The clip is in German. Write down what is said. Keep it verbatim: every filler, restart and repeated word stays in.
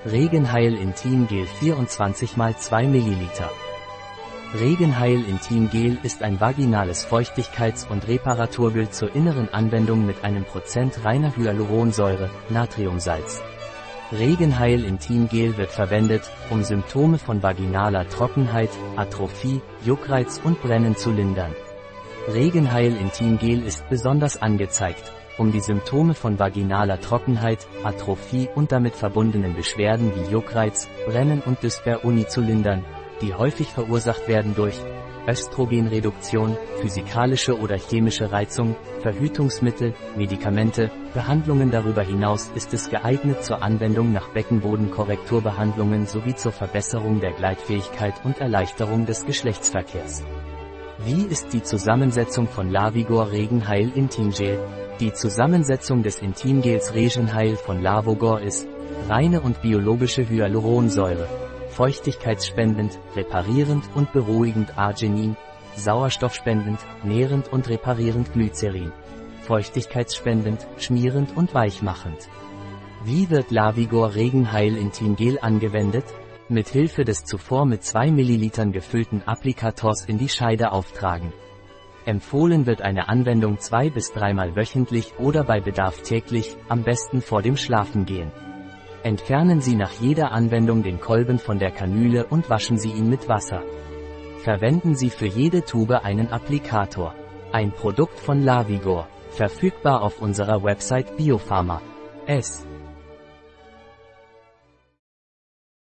Regenheil Intimgel vierundzwanzig mal zwei Milliliter. Regenheil Intimgel ist ein vaginales Feuchtigkeits- und Reparaturgel zur inneren Anwendung mit einem Prozent reiner Hyaluronsäure, Natriumsalz. Regenheil Intimgel wird verwendet, um Symptome von vaginaler Trockenheit, Atrophie, Juckreiz und Brennen zu lindern. Regenheil Intimgel ist besonders angezeigt, um die Symptome von vaginaler Trockenheit, Atrophie und damit verbundenen Beschwerden wie Juckreiz, Brennen und Dyspareunie zu lindern, die häufig verursacht werden durch Östrogenreduktion, physikalische oder chemische Reizung, Verhütungsmittel, Medikamente, Behandlungen. Darüber hinaus ist es geeignet zur Anwendung nach Beckenbodenkorrekturbehandlungen sowie zur Verbesserung der Gleitfähigkeit und Erleichterung des Geschlechtsverkehrs. Wie ist die Zusammensetzung von Lavigor Regenheil Intimgel? Die Zusammensetzung des Intimgels Regenheil von Lavigor ist reine und biologische Hyaluronsäure, feuchtigkeitsspendend, reparierend und beruhigend Arginin, sauerstoffspendend, nährend und reparierend Glycerin, feuchtigkeitsspendend, schmierend und weichmachend. Wie wird Lavigor Regenheil Intimgel angewendet? Mit Hilfe des zuvor mit zwei Millilitern gefüllten Applikators in die Scheide auftragen. Empfohlen wird eine Anwendung zwei bis dreimal wöchentlich oder bei Bedarf täglich, am besten vor dem Schlafengehen. Entfernen Sie nach jeder Anwendung den Kolben von der Kanüle und waschen Sie ihn mit Wasser. Verwenden Sie für jede Tube einen Applikator. Ein Produkt von Lavigor, verfügbar auf unserer Website biopharma punkt es.